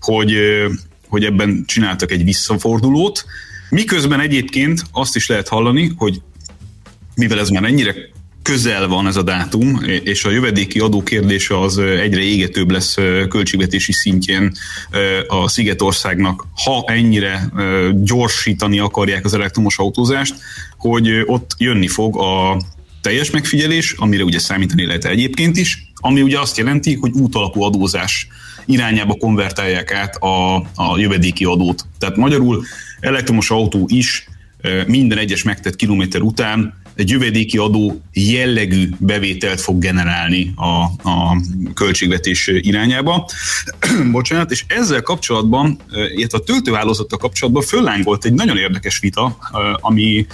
hogy ebben csináltak egy visszafordulót. Miközben egyébként azt is lehet hallani, hogy mivel ez már ennyire közel van ez a dátum, és a jövedéki adó kérdése az egyre égetőbb lesz költségvetési szintjén a Szigetországnak, ha ennyire gyorsítani akarják az elektromos autózást, hogy ott jönni fog a teljes megfigyelés, amire ugye számítani lehet egyébként is, ami ugye azt jelenti, hogy útalapú adózás irányába konvertálják át a jövedéki adót. Tehát magyarul elektromos autó is minden egyes megtett kilométer után egy jövedéki adó jellegű bevételt fog generálni a költségvetés irányába. Bocsánat, és ezzel kapcsolatban, illetve a töltőhálózattal kapcsolatban föllángolt egy nagyon érdekes vita, ami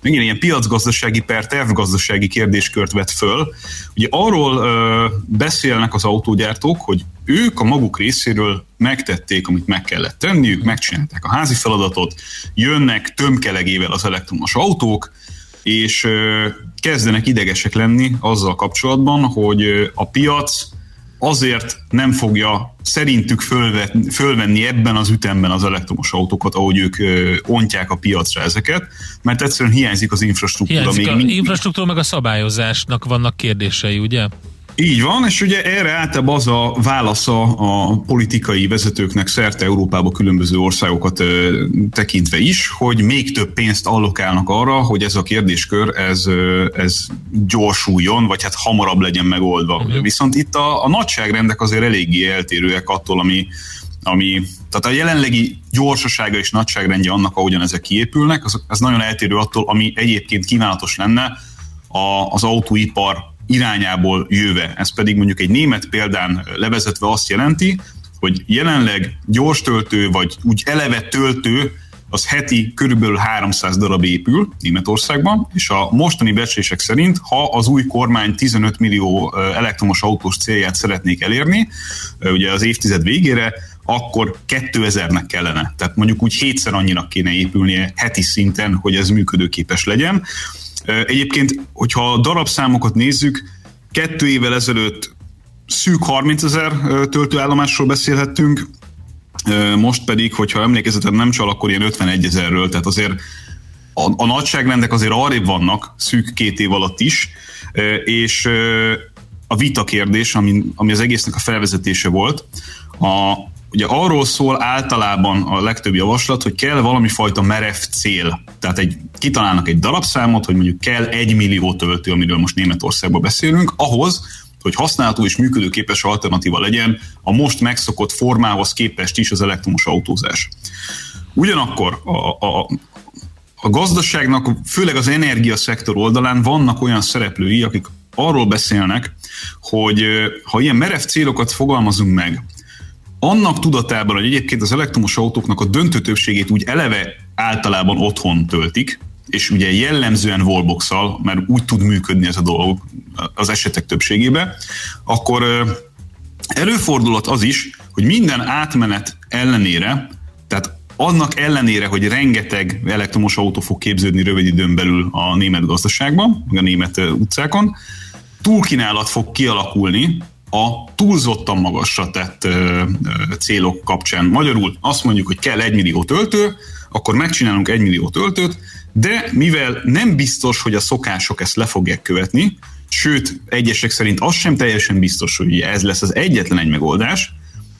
megint ilyen piacgazdasági per tervgazdasági kérdéskört vet föl. Ugye arról beszélnek az autógyártók, hogy ők a maguk részéről megtették, amit meg kellett tenniük, megcsinálták a házi feladatot, jönnek tömkelegével az elektromos autók, és kezdenek idegesek lenni azzal kapcsolatban, hogy a piac azért nem fogja szerintük fölvenni ebben az ütemben az elektromos autókat, ahogy ők ontják a piacra ezeket, mert egyszerűen hiányzik az infrastruktúra. Infrastruktúra meg a szabályozásnak vannak kérdései, ugye? Így van, és ugye erre általában az a válasza a politikai vezetőknek szerte Európában különböző országokat tekintve is, hogy még több pénzt allokálnak arra, hogy ez a kérdéskör ez gyorsuljon, vagy hát hamarabb legyen megoldva. Uh-huh. Viszont itt a nagyságrendek azért eléggé eltérőek attól, tehát a jelenlegi gyorsasága és nagyságrendje annak, ahogyan ezek kiépülnek, az nagyon eltérő attól, ami egyébként kívánatos lenne az autóipar irányából jöve. Ez pedig mondjuk egy német példán levezetve azt jelenti, hogy jelenleg gyors töltő, vagy úgy eleve töltő, az heti körülbelül 300 darab épül Németországban, és a mostani becslések szerint, ha az új kormány 15 millió elektromos autós célját szeretnék elérni, ugye az évtized végére, akkor 2000-nek kellene. Tehát mondjuk úgy 7-szer annyinak kéne épülnie heti szinten, hogy ez működőképes legyen. Egyébként, hogyha a darabszámokat nézzük, 2 évvel ezelőtt szűk 30 000 töltőállomásról beszélhettünk, most pedig, hogyha emlékezetem nem csal, akkor ilyen 51 000-ről, tehát azért a nagyságrendek azért arrébb vannak szűk 2 év alatt is, és a vita kérdés, ami az egésznek a felvezetése volt, ugye arról szól általában a legtöbb javaslat, hogy kell valami fajta merev cél. Tehát kitalálnak egy darabszámot, hogy mondjuk kell 1 millió töltő, amiről most Németországban beszélünk, ahhoz, hogy használható és működőképes alternatíva legyen a most megszokott formához képest is az elektromos autózás. Ugyanakkor a gazdaságnak, főleg az energiaszektor oldalán vannak olyan szereplői, akik arról beszélnek, hogy ha ilyen merev célokat fogalmazunk meg, annak tudatában, hogy egyébként az elektromos autóknak a döntő többségét úgy eleve általában otthon töltik, és ugye jellemzően wallbox-szal, mert úgy tud működni ez a dolog az esetek többségében, akkor előfordulhat az is, hogy minden átmenet ellenére, tehát annak ellenére, hogy rengeteg elektromos autó fog képződni rövid időn belül a német gazdaságban, meg a német utcákon, túlkínálat fog kialakulni a túlzottan magasra tett célok kapcsán. Magyarul azt mondjuk, hogy kell 1 millió töltő, akkor megcsinálunk 1 millió töltőt, de mivel nem biztos, hogy a szokások ezt le fogják követni, sőt, egyesek szerint az sem teljesen biztos, hogy ez lesz az egyetlen egy megoldás,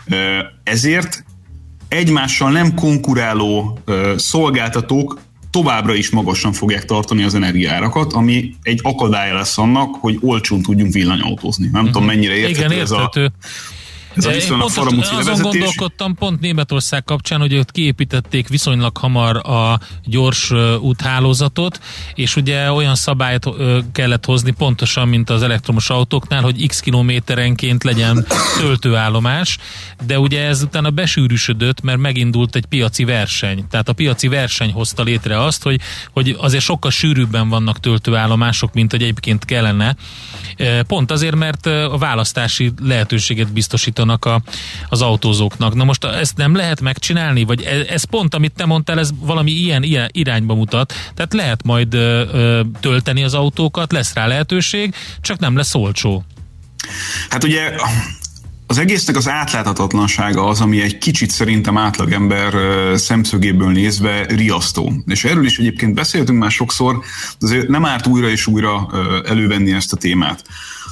ezért egymással nem konkuráló szolgáltatók továbbra is magasan fogják tartani az energiaárakat, ami egy akadálya lesz annak, hogy olcsón tudjunk villanyautózni. Nem tudom, mennyire érthető ez a viszonylag faramúci levezetés. Azon gondolkodtam pont Németország kapcsán, hogy ott kiépítették viszonylag hamar a gyors úthálózatot, és ugye olyan szabályt kellett hozni pontosan, mint az elektromos autóknál, hogy x kilométerenként legyen töltőállomás, de ugye ez utána besűrűsödött, mert megindult egy piaci verseny. Tehát a piaci verseny hozta létre azt, hogy azért sokkal sűrűbben vannak töltőállomások, mint hogy egyébként kellene. Pont azért, mert a választási lehetőséget biztosít az autózóknak. Na most ezt nem lehet megcsinálni? Vagy ez pont, amit te mondtál, ez valami ilyen irányba mutat. Tehát lehet majd tölteni az autókat, lesz rá lehetőség, csak nem lesz olcsó. Hát ugye az egésznek az átláthatatlansága az, ami egy kicsit szerintem átlagember szemszögéből nézve riasztó. És erről is egyébként beszéltünk már sokszor, de azért nem árt újra és újra elővenni ezt a témát.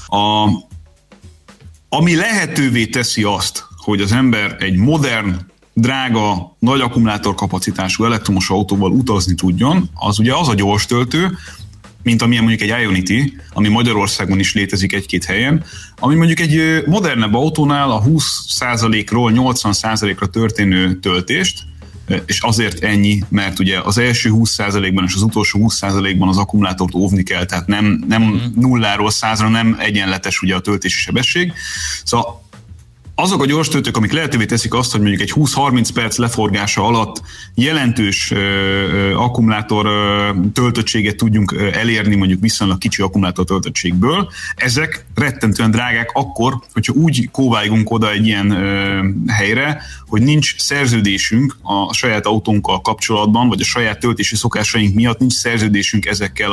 Ami lehetővé teszi azt, hogy az ember egy modern, drága, nagy akkumulátorkapacitású elektromos autóval utazni tudjon, az ugye az a gyors töltő, mint amilyen mondjuk egy Ionity, ami Magyarországon is létezik egy-két helyen, ami mondjuk egy modernebb autónál a 20%-ról 80%-ra történő töltést, és azért ennyi, mert ugye az első 20%-ban és az utolsó 20%-ban az akkumulátort óvni kell, tehát nem 0-ról 100-ra nem egyenletes ugye a töltési sebesség. Szóval azok a gyorstöltők, amik lehetővé teszik azt, hogy mondjuk egy 20-30 perc leforgása alatt jelentős akkumulátor töltöttséget tudjunk elérni, mondjuk viszonylag kicsi akkumulátor töltöttségből, ezek rettentően drágák akkor, hogyha úgy kóváljunk oda egy ilyen helyre, hogy nincs szerződésünk a saját autónkkal kapcsolatban, vagy a saját töltési szokásaink miatt nincs szerződésünk ezekkel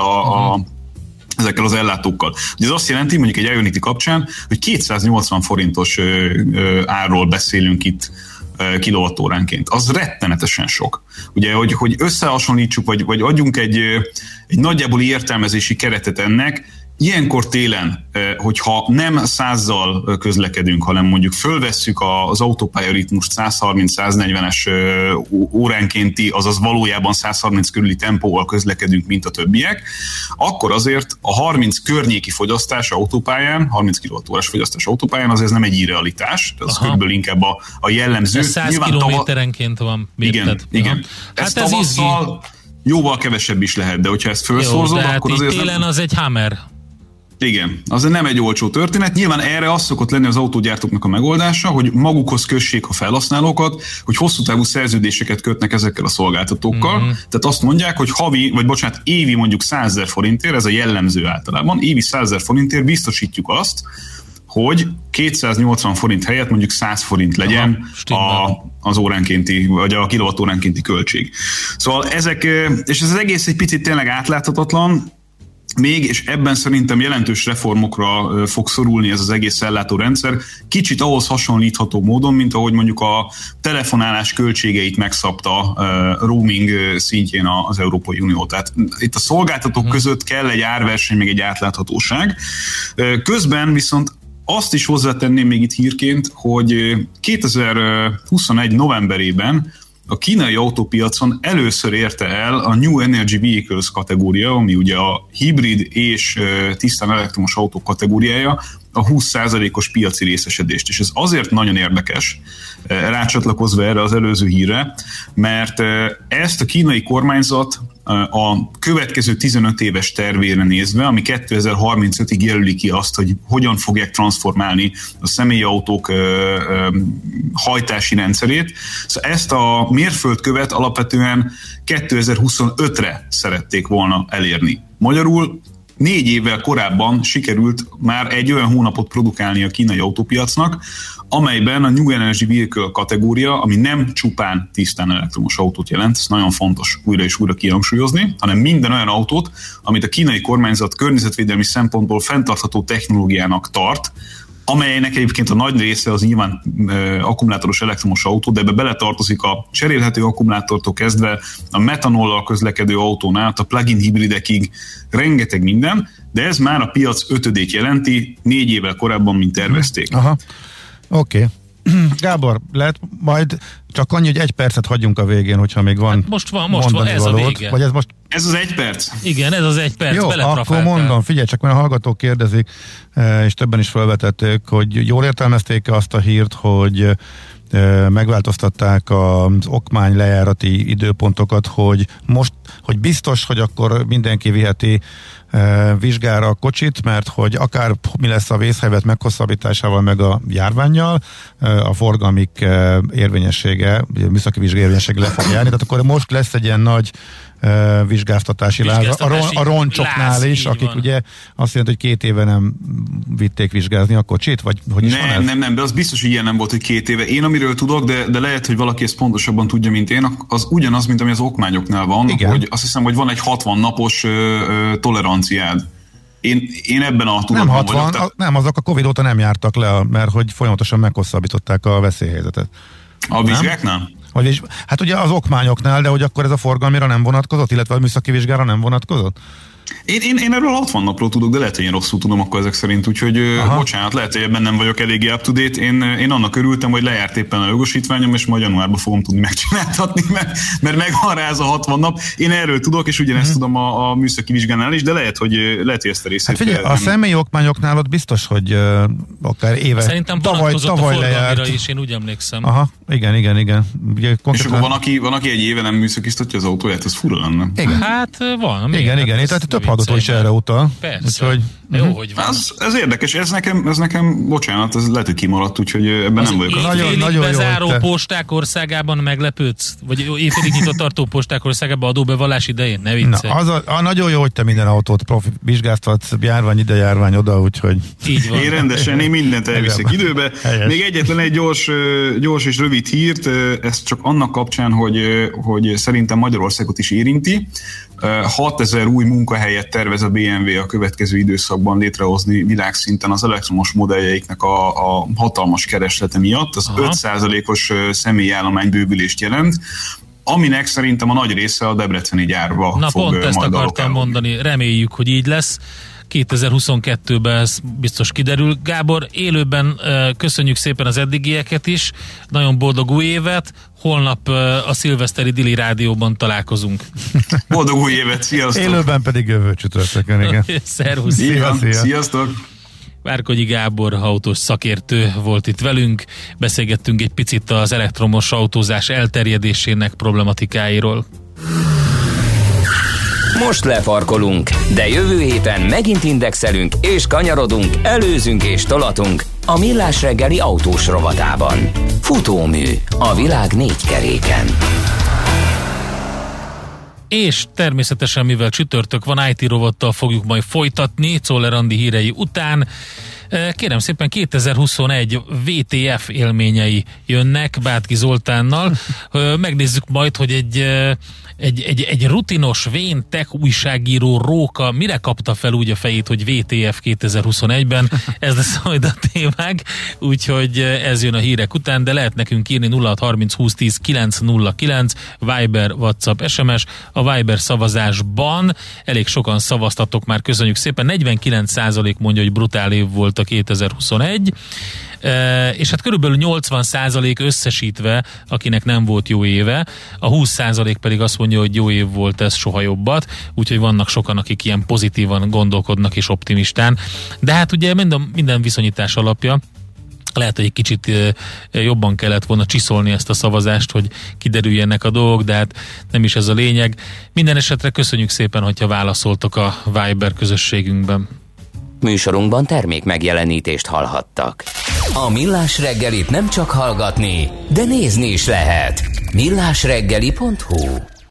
ezekkel az ellátókkal. Ugye ez azt jelenti, mondjuk egy Ionity kapcsán, hogy 280 forintos árról beszélünk itt kilowattóránként. Az rettenetesen sok. Ugye, hogy összehasonlítsuk, vagy adjunk egy nagyjából értelmezési keretet ennek, ilyenkor télen, hogyha nem 100-zal közlekedünk, hanem mondjuk fölvesszük az autópályaritmust 130-140-es óránkénti, azaz valójában 130 körüli tempóval közlekedünk, mint a többiek, akkor azért a 30 környéki fogyasztás autópályán, 30 kWh fogyasztás autópályán azért nem egy irrealitás, az körülbelül inkább a jellemző. Ez 100 kilométerenként van. Igen. Hát ez tavasszal jóval kevesebb is lehet, de hogyha ezt felszorzod, akkor azért... télen az egy Hammer. Igen, azért nem egy olcsó történet. Nyilván erre az szokott lenni az autógyártóknak a megoldása, hogy magukhoz kössék a felhasználókat, hogy hosszú távú szerződéseket kötnek ezekkel a szolgáltatókkal. Tehát azt mondják, hogy évi mondjuk 100 000 forintért, ez a jellemző általában, évi 100 000 forintért biztosítjuk azt, hogy 280 forint helyett mondjuk 100 forint legyen az óránkénti, vagy a kilowattóránkénti költség. Szóval ezek, és ez az egész egy picit tényleg átláthatatlan, és ebben szerintem jelentős reformokra fog szorulni ez az egész ellátórendszer. Kicsit ahhoz hasonlítható módon, mint ahogy mondjuk a telefonálás költségeit megszabta roaming szintjén az Európai Unió. Tehát itt a szolgáltatók között kell egy árverseny, meg egy átláthatóság. Közben viszont azt is hozzátenném még itt hírként, hogy 2021 novemberében a kínai autópiacon először érte el a New Energy Vehicles kategória, ami ugye a hibrid és tisztán elektromos autók kategóriája, a 20%-os piaci részesedést. És ez azért nagyon érdekes, rácsatlakozva erre az előző hírre, mert ezt a kínai kormányzat a következő 15 éves tervére nézve, ami 2035-ig jelöli ki azt, hogy hogyan fogják transformálni a személyautók hajtási rendszerét. Szóval ezt a mérföldkövet alapvetően 2025-re szerették volna elérni. Magyarul 4 évvel korábban sikerült már egy olyan hónapot produkálni a kínai autópiacnak, amelyben a New Energy Vehicle kategória, ami nem csupán tisztán elektromos autót jelent, ez nagyon fontos újra és újra kihangsúlyozni, hanem minden olyan autót, amit a kínai kormányzat környezetvédelmi szempontból fenntartható technológiának tart, amelynek egyébként a nagy része az nyilván akkumulátoros elektromos autó, de ebbe beletartozik a cserélhető akkumulátortól kezdve a metanollal közlekedő autón át, a plug-in hibridekig, rengeteg minden, de ez már a piac 5-ét jelenti 4 évvel korábban, mint tervezték. Aha, oké. Gábor, lehet majd csak annyi, hogy 1 percet hagyjunk a végén, hogyha még van. Hát most van, ez valót, a vége. Vagy ez most... Ez az 1 perc. Igen, ez az 1 perc. Jó, akkor mondom, figyelj, csak mert a hallgatók kérdezik, és többen is felvetették, hogy jól értelmezték azt a hírt, hogy megváltoztatták az okmány lejárati időpontokat, hogy most, hogy biztos, hogy akkor mindenki viheti vizsgára a kocsit, mert hogy akár mi lesz a vészhelyzet meghosszabbításával, meg a járvánnyal, a forgalmik érvényessége, műszaki vizsga érvényessége le fog járni, tehát akkor most lesz egy ilyen nagy vizsgáztatási láz a roncsoknál is, akik van. Ugye azt jelenti, hogy 2 éve nem vitték vizsgázni a kocsit, vagy hogy is van ez? Nem, de az biztos, hogy ilyen nem volt, hogy 2 éve. Én amiről tudok, de lehet, hogy valaki ezt pontosabban tudja, mint én, az ugyanaz, mint ami az okmányoknál van, hogy azt hiszem, hogy van egy 60 napos toleranciád. Én ebben a tudatban nem 60, vagyok. Nem, azok a Covid óta nem jártak le, mert hogy folyamatosan meghosszabbították a veszélyhelyzetet. A vizsgáknál? Hát ugye az okmányoknál, de hogy akkor ez a forgalmira nem vonatkozott, illetve a műszaki vizsgára nem vonatkozott? Én erről 60 napról tudok, de lehet, hogy én rosszul tudom akkor ezek szerint, úgyhogy bocsánat, lehet, hogy ebben nem vagyok eléggé up to date. Én annak örültem, hogy lejárt éppen a jogosítványom, és majd januárban fogom tudni megcsináltatni, mert megvan rá ez a 60 nap. Én erről tudok, és ugyanezt tudom a műszaki vizsgánál is, de lehet, hogy ezt a részét... Hát figyelj, a személyi okmányoknál ott biztos, hogy akár éve... Szerintem vonatkozott a forgalmira is, én úgy emlékszem. Aha, igen. Ugye, konkrétan... És akkor van, aki egy éve nem műszakiztatja az autóját, ez fura lenne. Igen. Hát van. Igen. Tehát több hallgató is erre utal. Persze. Úgyhogy, jó, hogy van. Ez érdekes, ez nekem, bocsánat, ez lehet, hogy kimaradt, úgyhogy ebben nem vagyok. Nagyon bezáró posták országában meglepődsz? Vagy évfélig nyitott tartó posták országában adóbevallás idején? Ne viccelj. Nagyon jó, hogy te minden autót vizsgáztatsz, járvány ide, járvány oda, úgyhogy... Így van. Én rendesen, én mindent elviszek időbe. Helyes. Még egyetlen egy gyors és rövid hírt, ez csak annak kapcsán, hogy szerintem Magyarországot is érinti. 6000 új munkahelyet tervez a BMW a következő időszakban létrehozni világszinten az elektromos modelljeiknek a hatalmas kereslete miatt. Az 5%-os személyállomány bővülést jelent, aminek szerintem a nagy része a debreceni gyárba fog pont ezt majd akartam mondani, reméljük, hogy így lesz. 2022-ben ez biztos kiderül. Gábor, élőben köszönjük szépen az eddigieket is, nagyon boldog új évet, holnap a szilveszteri Dili Rádióban találkozunk. Boldog új évet, sziasztok! Élőben pedig jövő csütörtökön, igen. Szervusz! Szia. Sziasztok! Várkonyi Gábor autós szakértő volt itt velünk, beszélgettünk egy picit az elektromos autózás elterjedésének problematikáiról. Most lefarkolunk, de jövő héten megint indexelünk és kanyarodunk, előzünk és tolatunk a Millás reggeli autós rovatában. Futómű a világ 4 keréken. És természetesen, mivel csütörtök van, IT rovattal fogjuk majd folytatni, Czoller Andi hírei után. Kérem szépen, 2021 VTF élményei jönnek Bátki Zoltánnal. Megnézzük majd, hogy egy rutinos vén tech újságíró Róka mire kapta fel úgy a fejét, hogy VTF 2021-ben. Ez lesz majd a témák, úgyhogy ez jön a hírek után, de lehet nekünk írni 0630 20 10 909, Viber, WhatsApp, SMS. A Viber szavazásban elég sokan szavaztatok már, köszönjük szépen. 49% mondja, hogy brutál év volt a 2021, és hát körülbelül 80% összesítve, akinek nem volt jó éve, a 20% pedig azt mondja, hogy jó év volt, ez soha jobbat, úgyhogy vannak sokan, akik ilyen pozitívan gondolkodnak és optimistán, de hát ugye minden viszonyítás alapja. Lehet, hogy egy kicsit jobban kellett volna csiszolni ezt a szavazást, hogy kiderüljenek a dolgok, de hát nem is ez a lényeg. Minden esetre köszönjük szépen, hogyha válaszoltok a Viber közösségünkben. Műsorunkban termék megjelenítést hallhattak. A Millás reggelit nem csak hallgatni, de nézni is lehet. millásreggeli.hu